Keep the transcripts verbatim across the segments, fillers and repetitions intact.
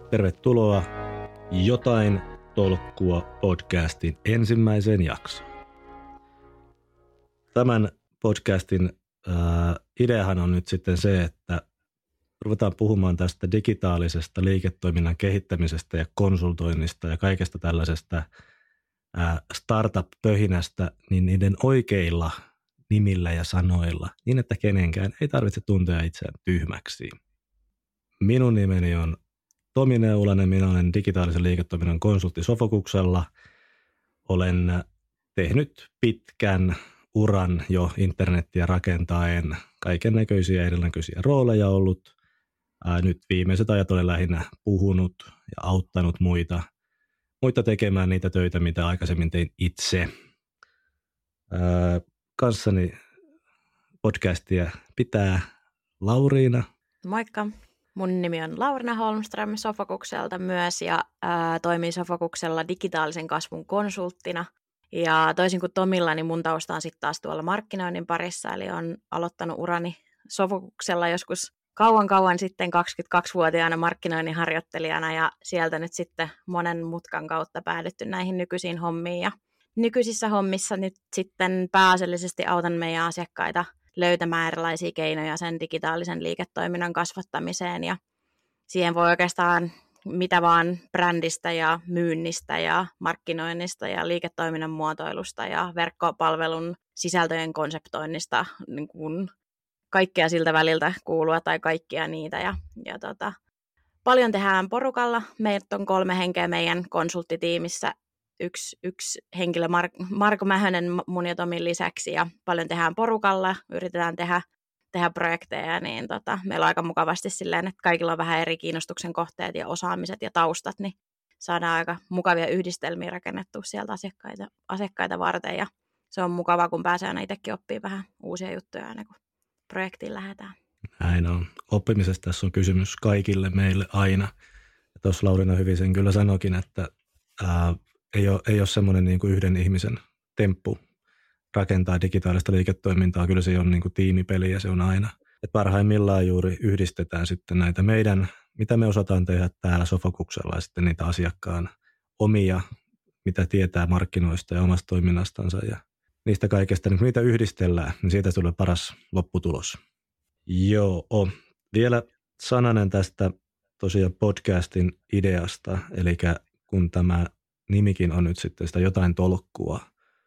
Tervetuloa Jotain tolkkua podcastin ensimmäiseen jaksoon. Tämän podcastin äh, ideahan on nyt sitten se, että ruvetaan puhumaan tästä digitaalisesta liiketoiminnan kehittämisestä ja konsultoinnista ja kaikesta tällaisesta äh, startup-pöhinästä niin niiden oikeilla nimillä ja sanoilla, niin että kenenkään ei tarvitse tuntea itseään tyhmäksi. Minun nimeni on Tomi Neulanen, minä olen digitaalisen liiketoiminnan konsultti Sofocuksella. Olen tehnyt pitkän uran jo internettiä rakentaen, kaiken näköisiä erinäköisiä rooleja ollut. Ää, nyt viimeiset ajat olen lähinnä puhunut ja auttanut muita, muita tekemään niitä töitä, mitä aikaisemmin tein itse. Ää, kanssani podcastia pitää Lauriina. Moikka. Mun nimi on Lauriina Holmström Sofocukselta myös ja ää, toimin Sofocuksella digitaalisen kasvun konsulttina. Ja toisin kuin Tomilla, niin mun tausta on sitten taas tuolla markkinoinnin parissa, eli on aloittanut urani Sofocuksella joskus kauan kauan sitten kaksikymmentäkaksivuotiaana markkinoinnin harjoittelijana ja sieltä nyt sitten monen mutkan kautta päädytty näihin nykyisiin hommiin. Ja nykyisissä hommissa nyt sitten pääasiallisesti autan meidän asiakkaita löytämään erilaisia keinoja sen digitaalisen liiketoiminnan kasvattamiseen ja siihen voi oikeastaan mitä vaan brändistä ja myynnistä ja markkinoinnista ja liiketoiminnan muotoilusta ja verkkopalvelun sisältöjen konseptoinnista niin kuin kaikkea siltä väliltä kuulua tai kaikkia niitä ja, ja tota, paljon tehdään porukalla. Meitä on kolme henkeä meidän konsulttitiimissä. Yksi, yksi henkilö, Mar- Marko Mähönen mun ja Tomin lisäksi ja paljon tehdään porukalla, yritetään tehdä, tehdä projekteja, niin tota, meillä on aika mukavasti silleen, että kaikilla on vähän eri kiinnostuksen kohteet ja osaamiset ja taustat, niin saadaan aika mukavia yhdistelmiä rakennettua sieltä asiakkaita, asiakkaita varten ja se on mukavaa, kun pääsee aina itsekin oppimaan vähän uusia juttuja aina kun projektiin lähdetään. Näin on. Oppimisesta tässä on kysymys kaikille meille aina. Ja tuossa Lauriina hyvin sen kyllä sanoikin, että ää, Ei ole, ei ole semmoinen niin kuin yhden ihmisen temppu rakentaa digitaalista liiketoimintaa. Kyllä se on niin kuin tiimipeli ja se on aina. Et parhaimmillaan juuri yhdistetään sitten näitä meidän, mitä me osataan tehdä täällä Sofocuksella ja sitten niitä asiakkaan omia, mitä tietää markkinoista ja omasta toiminnastansa. Ja niistä kaikesta, niin kun niitä yhdistellään, niin siitä tulee paras lopputulos. Joo, vielä sananen tästä tosiaan podcastin ideasta, eli kun tämä nimikin on nyt sitten sitä jotain tolkkua,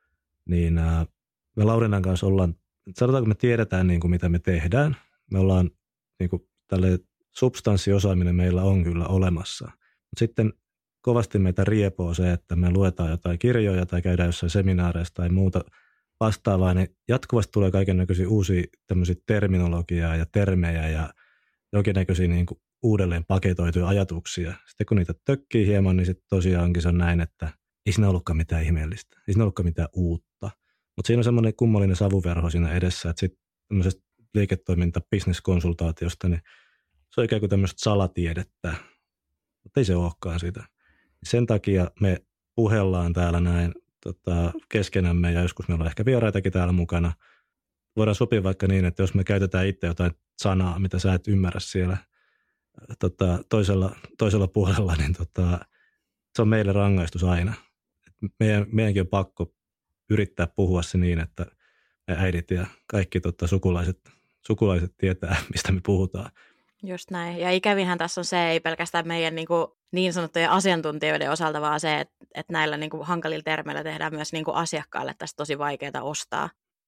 niin ää, me Laurinan kanssa ollaan, sanotaanko me tiedetään niin kuin mitä me tehdään. Me ollaan niin kuin tälle substanssiosaaminen meillä on kyllä olemassa. Mutta sitten kovasti meitä riepoo se, että me luetaan jotain kirjoja tai käydään jossain seminaareissa tai muuta vastaavaa, niin jatkuvasti tulee kaikennäköisiä uusia tämmöisiä terminologiaa ja termejä ja jonkinnäköisiä niin kuin uudelleen paketoituja ajatuksia. Sitten kun niitä tökkii hieman, niin sitten tosiaankin se on näin, että ei siinä ollutkaan mitään ihmeellistä. Ei siinä ollutkaan mitään uutta. Mutta siinä on semmoinen kummallinen savuverho siinä edessä, että sitten tämmöisestä liiketoiminta-bisneskonsultaatiosta, niin se on ikään kuin tämmöistä salatiedettä, mutta ei se olekaan sitä. Sen takia me puhellaan täällä näin tota, keskenämme ja joskus meillä on ehkä vieraitakin täällä mukana. Voidaan sopia vaikka niin, että jos me käytetään itse jotain sanaa, mitä sä et ymmärrä siellä Tota, toisella, toisella puolella, niin tota, se on meille rangaistus aina. Meidän, meidänkin on pakko yrittää puhua se niin, että äidit ja kaikki tota, sukulaiset, sukulaiset tietää, mistä me puhutaan. Just näin. Ja ikävinhän tässä on se, ei pelkästään meidän niin, kuin, niin sanottujen asiantuntijoiden osalta, vaan se, että, että näillä niin kuin, hankalilla termeillä tehdään myös niin kuin, asiakkaille tästä tosi vaikeaa ostaa.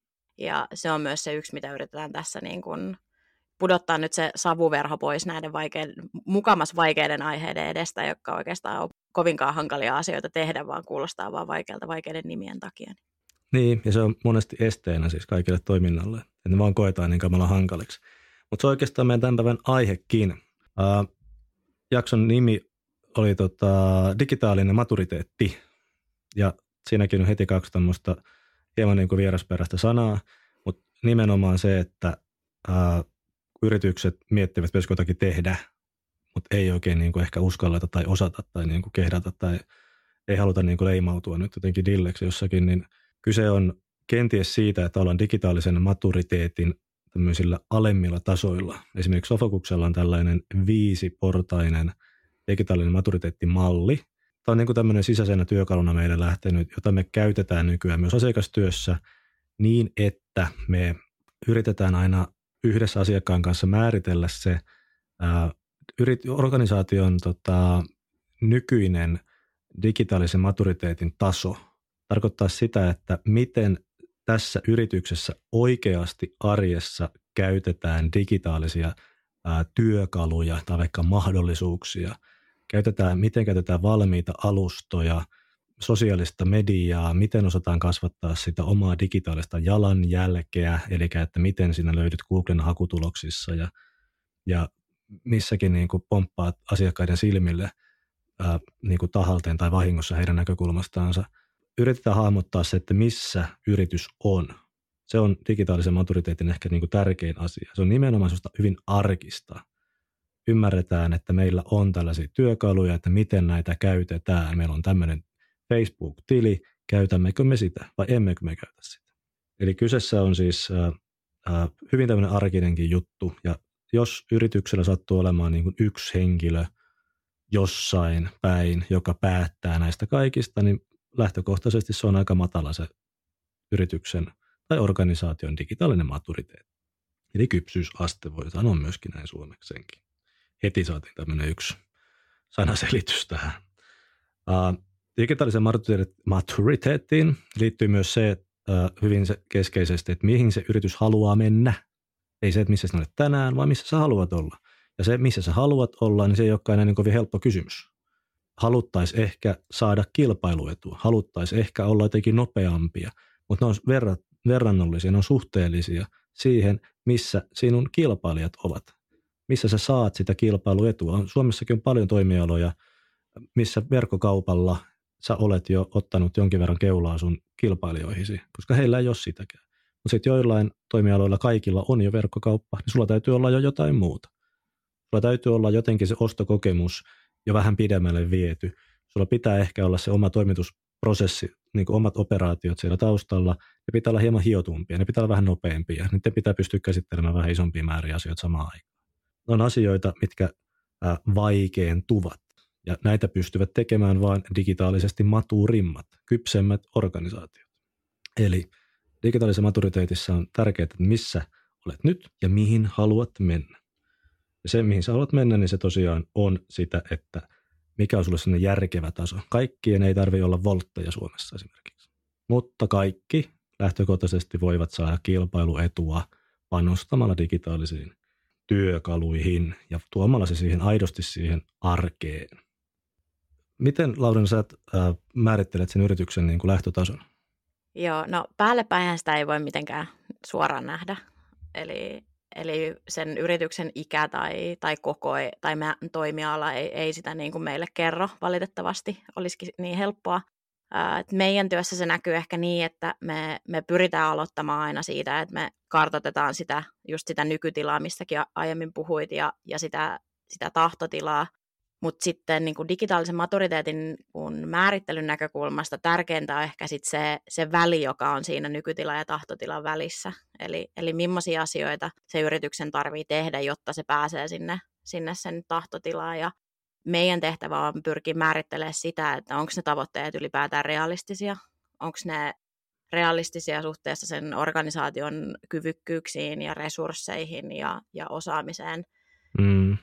Ja se on myös se yksi, mitä yritetään tässä niin kuin, pudottaa nyt se savuverho pois näiden vaikeiden, mukamas vaikeiden aiheiden edestä, jotka oikeastaan on kovinkaan hankalia asioita tehdä, vaan kuulostaa vaan vaikealta vaikeiden nimien takia. Niin, ja se on monesti esteenä siis kaikille toiminnalle, että ne vaan koetaan niin kamala hankaliksi. Mutta se on oikeastaan meidän tämän päivän aihekin. Uh, jakson nimi oli tota, digitaalinen maturiteetti, ja siinäkin on heti kaksi tämmöistä hieman niin kuin vierasperäistä sanaa, mutta nimenomaan se, että uh, yritykset miettivät, että pitäisikö jotakin tehdä, mutta ei oikein niin kuin ehkä uskalleta tai osata tai niin kuin kehdata tai ei haluta niin kuin leimautua nyt jotenkin dilleksi jossakin, niin kyse on kenties siitä, että ollaan digitaalisen maturiteetin tämmöisillä alemmilla tasoilla. Esimerkiksi Sofocuksella on tällainen viisiportainen digitaalinen maturiteettimalli. Tämä on niin kuin tämmöinen sisäisenä työkaluna meille lähtenyt, jota me käytetään nykyään myös asiakastyössä niin, että me yritetään aina yhdessä asiakkaan kanssa määritellä se ää, yrit, organisaation tota, nykyinen digitaalisen maturiteetin taso. Tarkoittaa sitä, että miten tässä yrityksessä oikeasti arjessa käytetään digitaalisia ää, työkaluja tai vaikka mahdollisuuksia. Käytetään, miten käytetään valmiita alustoja, sosiaalista mediaa, miten osataan kasvattaa sitä omaa digitaalista jalanjälkeä, eli että miten sinä löydyt Googlen hakutuloksissa ja, ja missäkin niin kuin pomppaat asiakkaiden silmille ää, niin kuin tahalteen tai vahingossa heidän näkökulmastaansa. Yritetään hahmottaa se, että missä yritys on. Se on digitaalisen maturiteetin ehkä niin kuin tärkein asia. Se on nimenomaan sellaista hyvin arkista. Ymmärretään, että meillä on tällaisia työkaluja, että miten näitä käytetään. Meillä on tämmöinen Facebook-tili, käytämmekö me sitä vai emmekö me käytä sitä. Eli kyseessä on siis äh, hyvin tämmöinen arkinenkin juttu, ja jos yrityksellä sattuu olemaan niin kuin yksi henkilö jossain päin, joka päättää näistä kaikista, niin lähtökohtaisesti se on aika matala se yrityksen tai organisaation digitaalinen maturiteetti. Eli kypsyysaste, voi sanoa myöskin näin suomeksenkin. Heti saatiin tämmöinen yksi sanaselitys tähän. Uh, digitaalisen maturiteettiin liittyy myös se uh, hyvin se keskeisesti, että mihin se yritys haluaa mennä. Ei se, että missä sinä olet tänään, vaan missä sä haluat olla. Ja se, missä sä haluat olla, niin se ei olekaan enää niin kovin helppo kysymys. Haluttaisiin ehkä saada kilpailuetua, haluttaisiin ehkä olla jotenkin nopeampia, mutta ne on verrat, verrannollisia, ne on suhteellisia siihen, missä sinun kilpailijat ovat. Missä sä saat sitä kilpailuetua. Suomessakin on paljon toimialoja, missä verkkokaupalla sä olet jo ottanut jonkin verran keulaa sun kilpailijoihisi, koska heillä ei ole sitäkään. Mutta sitten joillain toimialoilla kaikilla on jo verkkokauppa, niin sulla täytyy olla jo jotain muuta. Sulla täytyy olla jotenkin se ostokokemus jo vähän pidemmälle viety. Sulla pitää ehkä olla se oma toimitusprosessi, niin kuin omat operaatiot siellä taustalla. Ne pitää olla hieman hiotumpia, ne pitää olla vähän nopeampia. Niiden pitää pystyä käsittelemään vähän isompia määriä asioita samaan aikaan. Ne on asioita, mitkä äh, vaikeentuvat. Ja näitä pystyvät tekemään vain digitaalisesti maturimmat, kypsemmät organisaatiot. Eli digitaalisessa maturiteetissa on tärkeää, että missä olet nyt ja mihin haluat mennä. Ja se, mihin sä haluat mennä, niin se tosiaan on sitä, että mikä on sulle sellainen järkevä taso. Kaikkien ei tarvitse olla voltteja Suomessa esimerkiksi. Mutta kaikki lähtökohtaisesti voivat saada kilpailuetua panostamalla digitaalisiin työkaluihin ja tuomalla se siihen aidosti siihen arkeen. Miten, Laurina, sä äh, määrittelet sen yrityksen niin kuin lähtötason? Joo, no päällepäinhän sitä ei voi mitenkään suoraan nähdä. Eli, eli sen yrityksen ikä tai, tai koko ei, tai toimiala ei, ei sitä niin kuin meille kerro valitettavasti. Olisikin niin helppoa. Äh, meidän työssä se näkyy ehkä niin, että me, me pyritään aloittamaan aina siitä, että me kartoitetaan sitä, just sitä nykytilaa, mistäkin aiemmin puhuit, ja, ja sitä, sitä tahtotilaa. Mutta sitten niin kuin digitaalisen maturiteetin kun määrittelyn näkökulmasta tärkeintä on ehkä sit se, se väli, joka on siinä nykytila ja tahtotilan välissä. Eli, eli millaisia asioita se yrityksen tarvitsee tehdä, jotta se pääsee sinne, sinne sen tahtotilaan. Ja meidän tehtävä on pyrkiä määrittelemään sitä, että onko ne tavoitteet ylipäätään realistisia, onko ne realistisia suhteessa sen organisaation kyvykkyyksiin ja resursseihin ja, ja osaamiseen. Mm.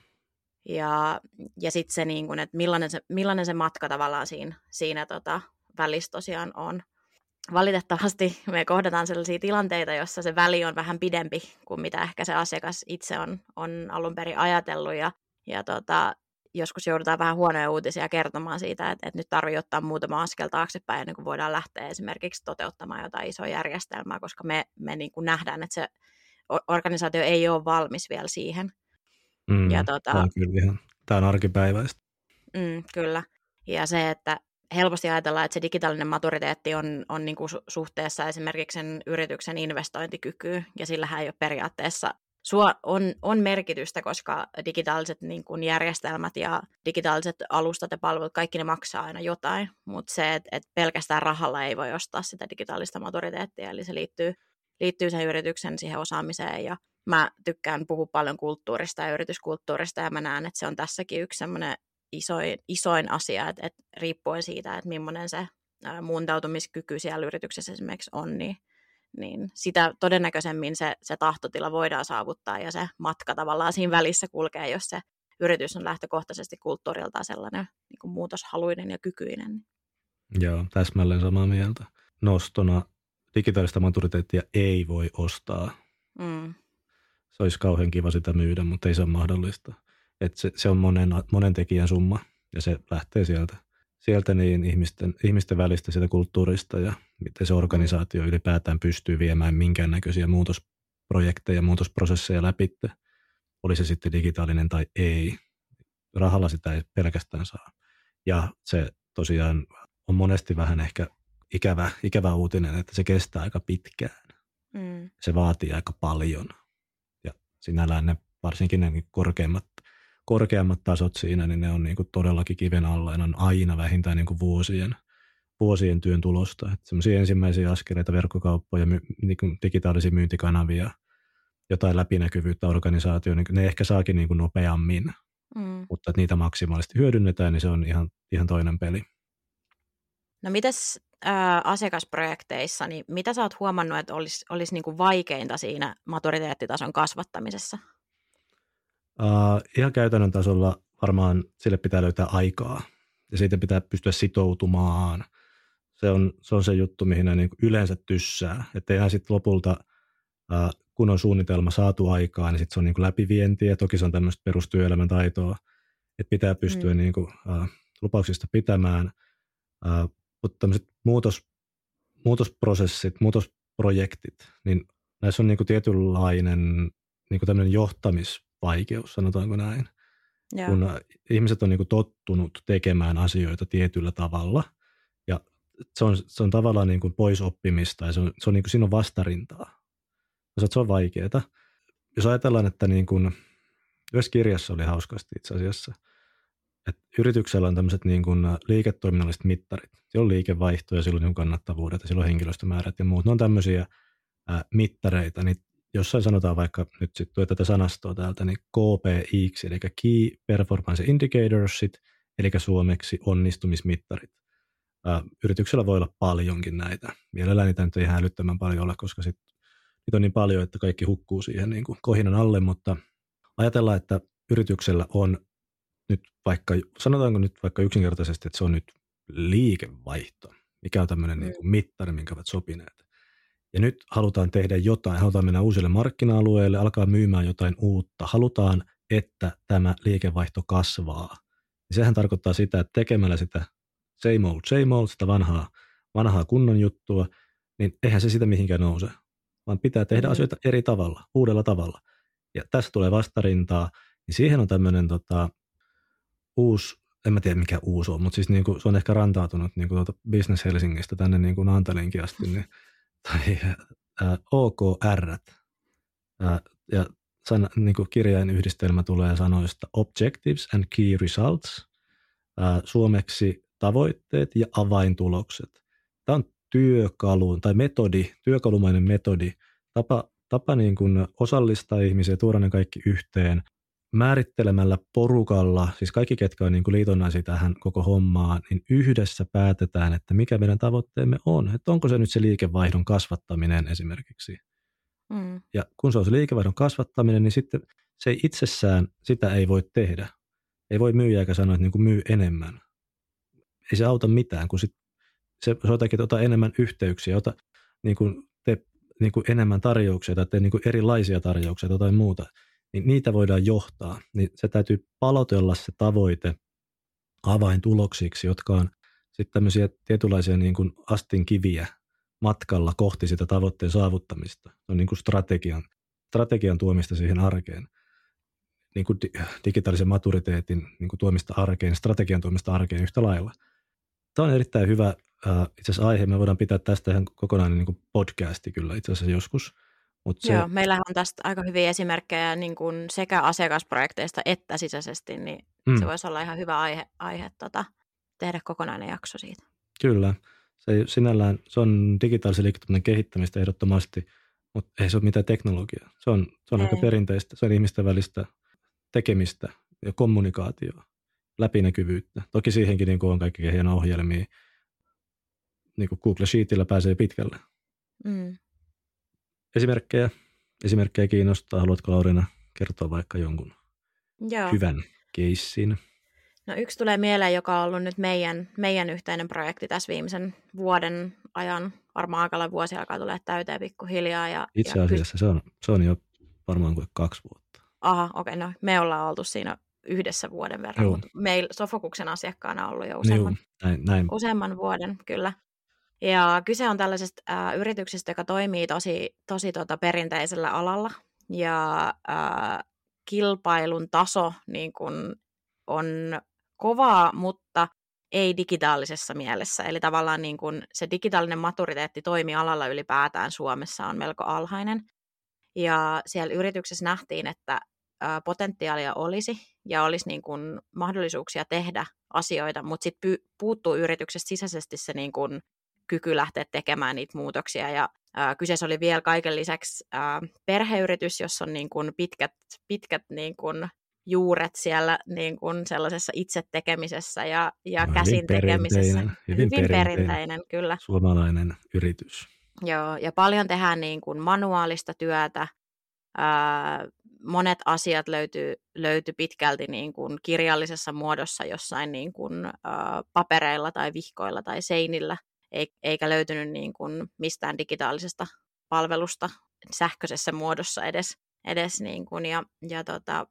Ja, ja sitten se, niin kun, että millainen se, millainen se matka tavallaan siinä, siinä tota, välissä tosiaan on. Valitettavasti me kohdataan sellaisia tilanteita, jossa se väli on vähän pidempi kuin mitä ehkä se asiakas itse on, on alun perin ajatellut. Ja, ja tota, joskus joudutaan vähän huonoja uutisia kertomaan siitä, että, että nyt tarvitsee ottaa muutama askel taaksepäin, ennen kuin voidaan lähteä esimerkiksi toteuttamaan jotain isoa järjestelmää, koska me, me niin kuin nähdään, että se organisaatio ei ole valmis vielä siihen. Mm, ja tota, on kyllä ihan. Tämä on arkipäiväistä. Mm, kyllä. Ja se, että helposti ajatellaan, että se digitaalinen maturiteetti on, on niin kuin suhteessa esimerkiksi sen yrityksen investointikykyyn, ja sillähän ei ole periaatteessa Suo on, on merkitystä, koska digitaaliset niin kuin järjestelmät ja digitaaliset alustat ja palvelut, kaikki ne maksaa aina jotain, mutta se, että et pelkästään rahalla ei voi ostaa sitä digitaalista maturiteettia, eli se liittyy, liittyy sen yrityksen siihen osaamiseen, ja mä tykkään puhua paljon kulttuurista ja yrityskulttuurista, ja mä näen, että se on tässäkin yksi semmoinen isoin, isoin asia, että, että riippuen siitä, että millainen se ää, muuntautumiskyky siellä yrityksessä esimerkiksi on, niin, niin sitä todennäköisemmin se, se tahtotila voidaan saavuttaa ja se matka tavallaan siinä välissä kulkee, jos se yritys on lähtökohtaisesti kulttuuriltaan sellainen niin kuin muutoshaluinen ja kykyinen. Joo, täsmälleen samaa mieltä. Nostona digitaalista maturiteettia ei voi ostaa. Mm. Se olisi kauhean kiva sitä myydä, mutta ei se ole mahdollista. Et se, se on monen, monen tekijän summa ja se lähtee sieltä, sieltä niin ihmisten, ihmisten välistä sitä kulttuurista ja miten se organisaatio ylipäätään pystyy viemään minkäännäköisiä muutosprojekteja, muutosprosesseja läpi. Oli se sitten digitaalinen tai ei. Rahalla sitä ei pelkästään saa. Ja se tosiaan on monesti vähän ehkä ikävä, ikävä uutinen, että se kestää aika pitkään. Mm. Se vaatii aika paljon. Ja sinällään ne varsinkin ne korkeimmat, korkeammat tasot siinä, niin ne on niin kuin todellakin kiven alla ja ne on aina vähintään niin kuin vuosien, vuosien työn tulosta. Että semmoisia ensimmäisiä askeleita, verkkokauppoja, my, niin kuin digitaalisia myyntikanavia, jotain läpinäkyvyyttä organisaatioon, niin ne ehkä saakin niin kuin nopeammin. Mm. Mutta että niitä maksimaalisesti hyödynnetään, niin se on ihan, ihan toinen peli. No mitäs ää, asiakasprojekteissa, niin mitä sä oot huomannut, että olisi, olisi niin kuin vaikeinta siinä maturiteettitason kasvattamisessa? Uh, ihan käytännön tasolla varmaan sille pitää löytää aikaa ja siitä pitää pystyä sitoutumaan. Se on se, on se juttu, mihin ne niin yleensä tyssää. Että ihan sitten lopulta, uh, kun on suunnitelma saatu aikaa, niin sitten se on niin läpivientiä. Toki se on tämmöistä perustyöelämän taitoa, että pitää pystyä mm. niin kuin, uh, lupauksista pitämään. Uh, mutta tämmöiset muutos, muutosprosessit, muutosprojektit, niin näissä on niin kuin tietynlainen niin kuin tämmöinen johtamisvaikeus, sanotaanko näin. Ja. Kun ihmiset on niin kuin tottunut tekemään asioita tietyllä tavalla, ja se on, se on tavallaan niin kuin pois oppimista, ja se on, se on niin kuin, siinä on vastarintaa. Se on vaikeaa. Jos ajatellaan, että niin kuin, yhdessä kirjassa oli hauskasti itse asiassa, että yrityksellä on tämmöiset niin kuin liiketoiminnalliset mittarit. Siellä on liikevaihto ja silloin on kannattavuudet ja silloin henkilöstömäärät ja muut. Ne on tämmöisiä ää, mittareita. Niin jossain sanotaan vaikka, nyt sitten tuo tätä sanastoa täältä, niin K P I, eli Key Performance Indicatorsit, eli suomeksi onnistumismittarit. Ää, yrityksellä voi olla paljonkin näitä. Mielellään niitä nyt ei ihan älyttömän paljon ole, koska sit, niitä on niin paljon, että kaikki hukkuu siihen niin kuin kohinan alle, mutta ajatellaan, että yrityksellä on nyt vaikka, sanotaanko nyt vaikka yksinkertaisesti, että se on nyt liikevaihto, mikä on tämmöinen mm. niin kuin mittari, minkä ovat sopineet. Ja nyt halutaan tehdä jotain, halutaan mennä uusille markkina-alueille, alkaa myymään jotain uutta, halutaan, että tämä liikevaihto kasvaa. Ja sehän tarkoittaa sitä, että tekemällä sitä same old, same old, sitä vanhaa, vanhaa kunnon juttua, niin eihän se sitä mihinkään nouse, vaan pitää tehdä mm. asioita eri tavalla, uudella tavalla. Ja tässä tulee vastarintaa, niin siihen on tämmöinen tota, uusi, en mä tiedä mikä uusi on, mutta siis niin kuin, se on ehkä rantautunut niin kuin tuota Business Helsingistä tänne niin kuin Naantalinkin asti, niin, tai ää, O K R, ää, ja sana, niin kuin kirjainyhdistelmä tulee sanoista Objectives and Key Results, ää, suomeksi tavoitteet ja avaintulokset. Tämä on työkalu tai metodi, työkalumainen metodi, tapa, tapa niin kuin osallistaa ihmisiä, tuoda ne kaikki yhteen, määrittelemällä porukalla, siis kaikki ketkä on niin kuin liitonnaisia tähän koko hommaan, niin yhdessä päätetään, että mikä meidän tavoitteemme on. Että onko se nyt se liikevaihdon kasvattaminen esimerkiksi. Mm. Ja kun se on se liikevaihdon kasvattaminen, niin sitten se ei itsessään, sitä ei voi tehdä. Ei voi myyjä eikä sanoa, että niin kuin myy enemmän. Ei se auta mitään, kun sit se jotakin, että ota enemmän yhteyksiä, ota niin kuin, tee niin kuin enemmän tarjouksia tai tee niin kuin erilaisia tarjouksia tai jotain muuta. Niin niitä voidaan johtaa, niin se täytyy palotella se tavoite avaintuloksiksi, jotka on sitten tämmöisiä tietynlaisia niin kuin astinkiviä matkalla kohti sitä tavoitteen saavuttamista. Se on niin kuin strategian, strategian tuomista siihen arkeen, niin kuin digitaalisen maturiteetin niin kuin tuomista arkeen, strategian tuomista arkeen yhtä lailla. Tämä on erittäin hyvä itse asiassa aihe. Me voidaan pitää tästä ihan kokonainen niin kuin podcasti kyllä itse asiassa joskus. Mut se, Joo, meillähän on tästä aika hyviä esimerkkejä niin kuin sekä asiakasprojekteista että sisäisesti, niin mm. se voisi olla ihan hyvä aihe, aihe tota, tehdä kokonainen jakso siitä. Kyllä, se sinällään se on digitaalisen liiketoiminnan kehittämistä ehdottomasti, mutta ei se ole mitään teknologiaa. Se on, se on aika perinteistä, se on ihmisten välistä tekemistä ja kommunikaatioa. läpinäkyvyyttä. Toki siihenkin niin kuin on kaikki hienoja ohjelmia. Niin kuin Google Sheetillä pääsee pitkälle. Mm. Esimerkkejä, esimerkkejä kiinnostaa. Haluatko Lauriina kertoa vaikka jonkun Joo. hyvän keissin? No yksi tulee mieleen, joka on ollut nyt meidän, meidän yhteinen projekti tässä viimeisen vuoden ajan. Varmaan aika vuosi alkaa tulee täyteen pikkuhiljaa. Ja, Itse ja asiassa se, on, se on jo varmaan kuin kaksi vuotta. Aha, okei, okay, no me ollaan oltu siinä yhdessä vuoden verran, Joo. mutta meillä Sofokuksen asiakkaana on ollut jo useamman, Joo, näin, näin. useamman vuoden, kyllä. Ja kyse on tällaisesta ää, yrityksestä, joka toimii tosi, tosi tota, perinteisellä alalla. Ja ää, kilpailun taso niin kun, on kovaa, mutta ei digitaalisessa mielessä. Eli tavallaan niin kun, se digitaalinen maturiteetti toimialalla ylipäätään Suomessa on melko alhainen. Ja siellä yrityksessä nähtiin, että ää, potentiaalia olisi ja olisi niin kun, mahdollisuuksia tehdä asioita, mutta sitten puuttuu yrityksestä sisäisesti se niin kun, kyky lähteä tekemään niitä muutoksia. Ja ää, kyseessä oli vielä kaiken lisäksi ää, perheyritys, jossa on niin kun, pitkät, pitkät niin kun, juuret siellä niin kun, sellaisessa itse tekemisessä ja, ja No, käsin tekemisessä. Hyvin, hyvin perinteinen, perinteinen, kyllä. Suomalainen yritys. Joo, ja paljon tehdään niin kun, manuaalista työtä. Ää, monet asiat löytyy, löytyy pitkälti niin kuin kirjallisessa muodossa jossain niin kuin, ä, papereilla tai vihkoilla tai seinillä, eikä löytynyt niin kuin mistään digitaalisesta palvelusta sähköisessä muodossa edes. edes niin kuin, ja, ja tota,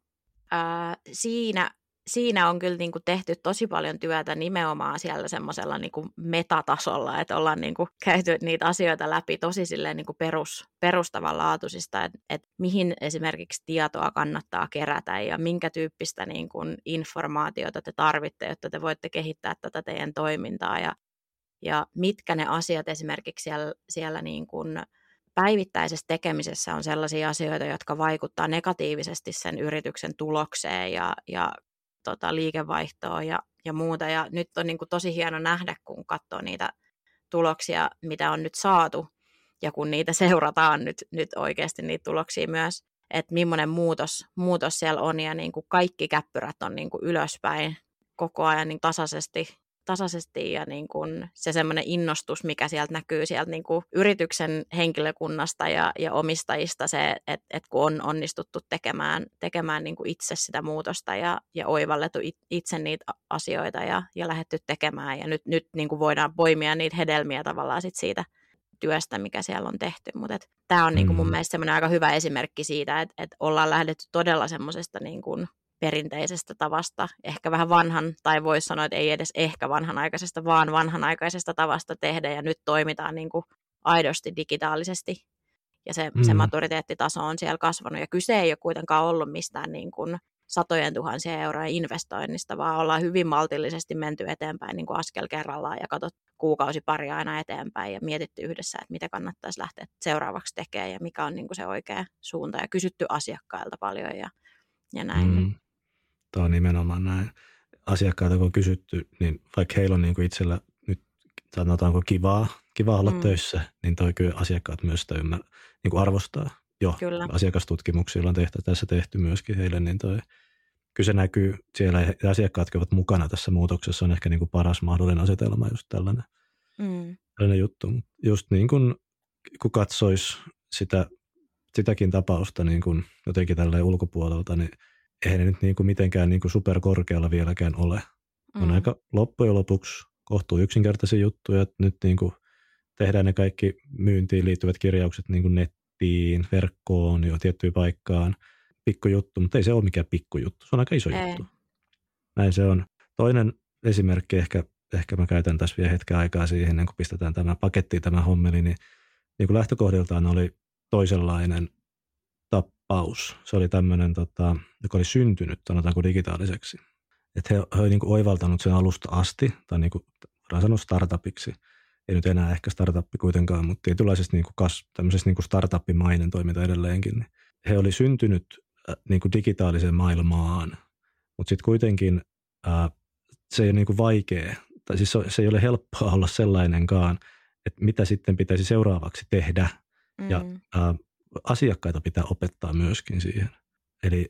ä, siinä, siinä on kyllä niin kuin tehty tosi paljon työtä nimenomaan siellä semmoisella niin kuin metatasolla, että ollaan niin kuin käyty niitä asioita läpi tosi silleen niin kuin perus, perustavanlaatuisista, että, että mihin esimerkiksi tietoa kannattaa kerätä ja minkä tyyppistä niin kuin informaatiota te tarvitte, jotta te voitte kehittää tätä teidän toimintaa ja, ja mitkä ne asiat esimerkiksi siellä, siellä niin kuin päivittäisessä tekemisessä on sellaisia asioita, jotka vaikuttaa negatiivisesti sen yrityksen tulokseen ja, ja tota, liikevaihtoa ja, ja muuta. Ja nyt on niin kuin tosi hieno nähdä, kun katsoo niitä tuloksia, mitä on nyt saatu, ja kun niitä seurataan nyt, nyt oikeasti niitä tuloksia myös, että millainen muutos, muutos siellä on, ja niin kuin kaikki käppyrät on niin kuin ylöspäin koko ajan niin tasaisesti, tasaisesti ja niin kuin se semmoinen innostus, mikä sieltä näkyy sieltä niin kuin yrityksen henkilökunnasta ja, ja omistajista, se, että, että kun on onnistuttu tekemään, tekemään niin kuin itse sitä muutosta ja, ja oivallettu itse niitä asioita ja, ja lähdetty tekemään, ja nyt, nyt niin kuin voidaan poimia niitä hedelmiä tavallaan sit siitä työstä, mikä siellä on tehty, mutta tämä on mm. niin kuin mun mielestä semmoinen aika hyvä esimerkki siitä, että, että ollaan lähdetty todella semmoisesta niin kuin perinteisestä tavasta, ehkä vähän vanhan, tai voisi sanoa, että ei edes ehkä vanhanaikaisesta, vaan vanhanaikaisesta tavasta tehdä, ja nyt toimitaan niin kuin aidosti digitaalisesti, ja se, mm. se maturiteettitaso on siellä kasvanut, ja kyse ei ole kuitenkaan ollut mistään niin kuin satojen tuhansien eurojen investoinnista, vaan ollaan hyvin maltillisesti menty eteenpäin niin kuin askel kerrallaan, ja katsottu kuukausi pari aina eteenpäin, ja mietitty yhdessä, että mitä kannattaisi lähteä seuraavaksi tekemään, ja mikä on niin kuin se oikea suunta, ja kysytty asiakkailta paljon, ja, ja näin. Mm. Tämä on nimenomaan näin. Asiakkailta kun on kysytty, niin vaikka heillä on niin kuin itsellä nyt sanotaanko kivaa, kivaa olla mm. töissä, niin toi kyllä asiakkaat myös sitä ymmär, niin kuin arvostaa. Jo, kyllä. Asiakastutkimuksilla on tehty, tässä tehty myöskin heille, niin toi, kyllä se näkyy siellä, ja asiakkaat, jotka ovat mukana tässä muutoksessa, on ehkä niin kuin paras mahdollinen asetelma, just tällainen, mm. tällainen juttu. Just niin kuin, kun katsoisi sitä, sitäkin tapausta niin kuin jotenkin tälleen ulkopuolelta, niin eihän ne nyt niin kuin mitenkään niin kuin superkorkealla vieläkään ole. Mm. On aika loppujen lopuksi kohtuu yksinkertaisia juttuja, että nyt niin kuin tehdään ne kaikki myyntiin liittyvät kirjaukset niin kuin nettiin, verkkoon, jo tiettyyn paikkaan. Pikkujuttu, mutta ei se ole mikään pikkujuttu. Se on aika iso ei. juttu. Näin se on. Toinen esimerkki, ehkä, ehkä mä käytän tässä vielä hetken aikaa siihen, ennen kuin pistetään tämä paketti, tämä hommeli, niin, niin kuin lähtökohdiltaan oli toisenlainen tappaus. Se oli tämmöinen, tota, joka oli syntynyt, sanotaanko digitaaliseksi. Että he, he olivat niin kuin oivaltanut sen alusta asti, tai niin kuin, voidaan sanoa startupiksi. Ei nyt enää ehkä startuppi kuitenkaan, mutta tietynlaisesta niin kuin kas, tämmöisestä niin kuin startuppimainen toiminta edelleenkin. Niin he oli syntynyt äh, niin kuin digitaaliseen maailmaan, mutta sitten kuitenkin äh, se ei ole niin kuin vaikea, tai siis se, se ei ole helppoa olla sellainenkaan, että mitä sitten pitäisi seuraavaksi tehdä, mm. ja äh, asiakkaita pitää opettaa myöskin siihen. Eli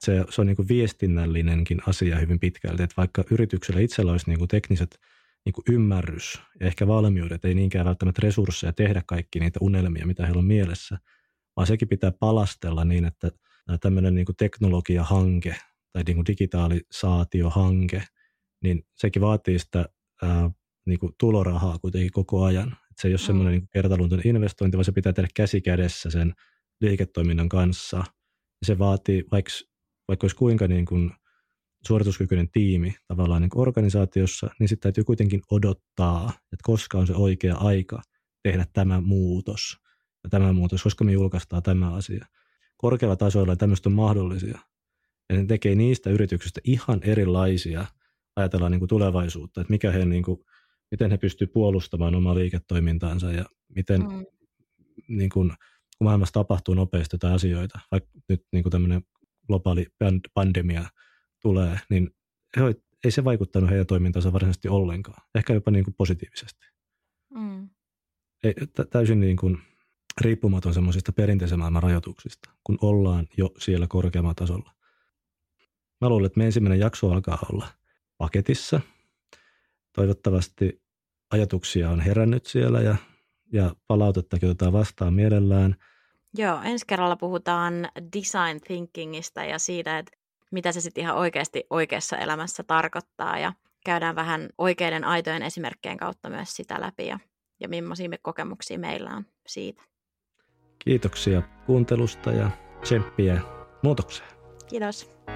se, se on niin kuin viestinnällinenkin asia hyvin pitkälti, että vaikka yrityksellä itsellä olisi niin kuin tekniset niin kuin ymmärrys ja ehkä valmiudet, ei niinkään välttämättä resursseja tehdä kaikki niitä unelmia, mitä heillä on mielessä, vaan sekin pitää palastella niin, että tämmöinen niin kuin teknologiahanke tai niin kuin digitaalisaatiohanke, niin sekin vaatii sitä ää, niin kuin tulorahaa kuitenkin koko ajan. Et se ei ole mm. semmoinen niin kuin kertaluontoinen investointi, vaan se pitää tehdä käsi kädessä sen liiketoiminnan kanssa. Ja se vaatii, vaikka, vaikka olisi kuinka niin kuin suorituskykyinen tiimi tavallaan niin kuin organisaatiossa, niin sitten täytyy kuitenkin odottaa, että koska on se oikea aika tehdä tämä muutos. Ja tämä muutos, koska me julkaistaan tämä asia. Korkealla tasoilla tämmöistä on mahdollisia. Ja ne tekee niistä yrityksistä ihan erilaisia, ajatellaan niin kuin tulevaisuutta, että mikä he, niin kuin, miten he pystyvät puolustamaan omaa liiketoimintaansa ja miten, mm. niin kuin, kun maailmassa tapahtuu nopeasti jotain asioita, vaikka nyt niin kuin tämmöinen globaali pandemia tulee, niin he, ei se vaikuttanut heidän toimintaansa varsinaisesti ollenkaan, ehkä jopa niin kuin positiivisesti. Mm. Ei, täysin niin kuin riippumaton semmoisista perinteisen maailman rajoituksista, kun ollaan jo siellä korkeammalla tasolla. Mä luulen, että meidän ensimmäinen jakso alkaa olla paketissa. Toivottavasti ajatuksia on herännyt siellä ja, ja palautettakin otetaan vastaan mielellään. Joo, ensi kerralla puhutaan design thinkingistä ja siitä, että mitä se sitten ihan oikeasti oikeassa elämässä tarkoittaa ja käydään vähän oikeiden aitojen esimerkkien kautta myös sitä läpi ja, ja millaisia kokemuksia meillä on siitä. Kiitoksia kuuntelusta ja tsemppiä muutokseen. Kiitos.